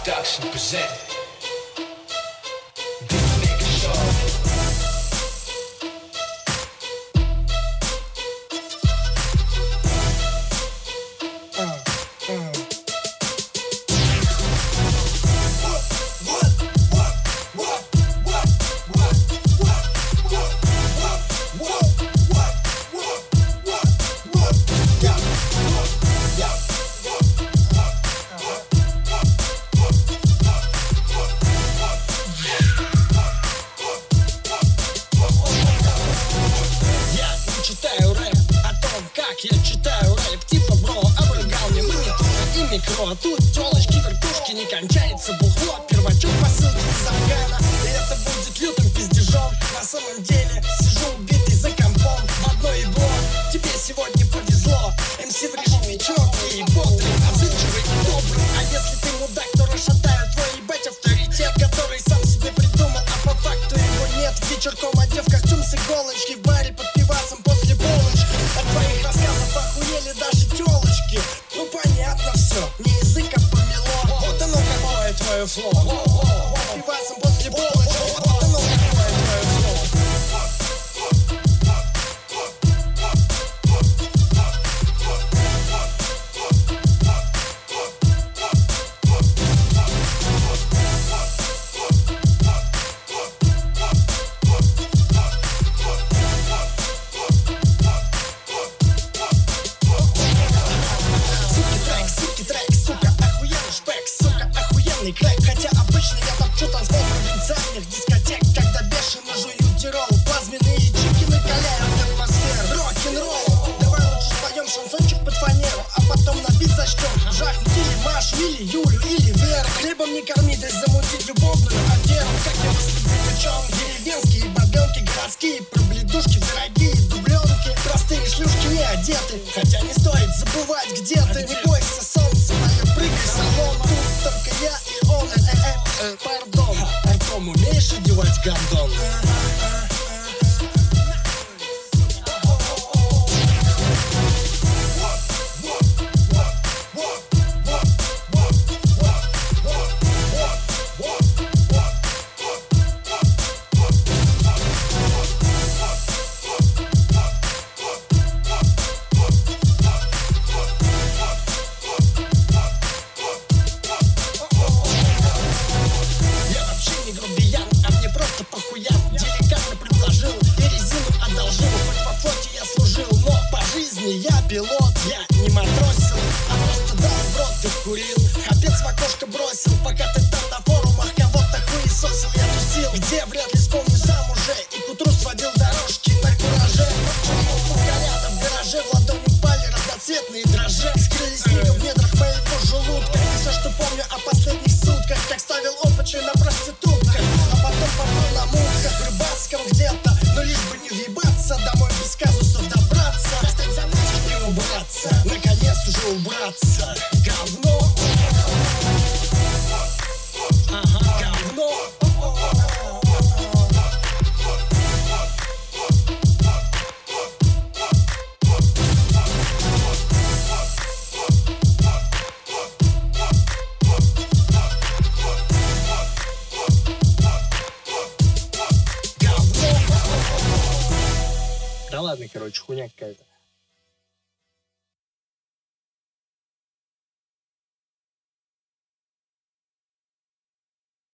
Production present Big Nigga Show. Я читаю рэп, типа бро, обрыгал мне монитор и микро. Тут тёлочки, вертушки, не кончается бухло. Первачок посылки из Афгана, и это будет лютым пиздежом. На самом деле сижу убитый за компом в одно ебло. Тебе сегодня повезло, МС в режиме чёрный и бодрый, отзывчивый и добрый. А если ты мудак, то расшатаю твой ебать авторитет, который сам себе придумал, а по факту его нет. Вечерком одев костюм с иголочки, в баре под пивасом после полночи. От твоих рассказов охуели даже тёлочки. Ну понятно все, не язык, а помело. Вот оно какое твое флоу. Пивасом после полночи. Вот оно какое твое флоу. Крэк, хотя обычно я топчу танцпол провинциальных дискотек, когда бешено жую дирол, плазменные чики накаляют атмосферу. Рок-н-ролл, давай лучше споем шансончик под фанеру, а потом на бит зачтем. Жахнуть или Машу, или Юлю, или Веру. Хлебом не корми, дай замутить любовную аферу. Как я вас люблю, девчонки, деревенские бабенки, городские пробледушки, дорогие дубленки. Простые шлюшки не одеты, хотя не стоит забывать, где ты. Не бойся солнца, мое прыгай в салон. Тут только я и он. Пардон, Артем, умеешь одевать гондон? Деликатно предложил и резину одолжил. Хоть по флоте я служил, но по жизни я пилот. Я не матросил, а просто дал в рот и курил. Хапец в окошко бросил, пока ты там на форумах кого-то хуесосил. Я тусил, где вряд ли вспомню сам уже, и к утру сводил дорожки на кураже. Колята в гараже, в ладони упали разноцветные дрожжи. Скрылись книга в недрах моего желудка. И все, что помню о последних сутках, как ставил опачи на проститутках, а потом попал на мутках в рыбацком где-то. Но лишь бы не въебаться, домой без казусов добраться, достать заначки и убраться, наконец уже убраться. Говно. Ага, говно. Да ладно, короче, хуйня какая-то.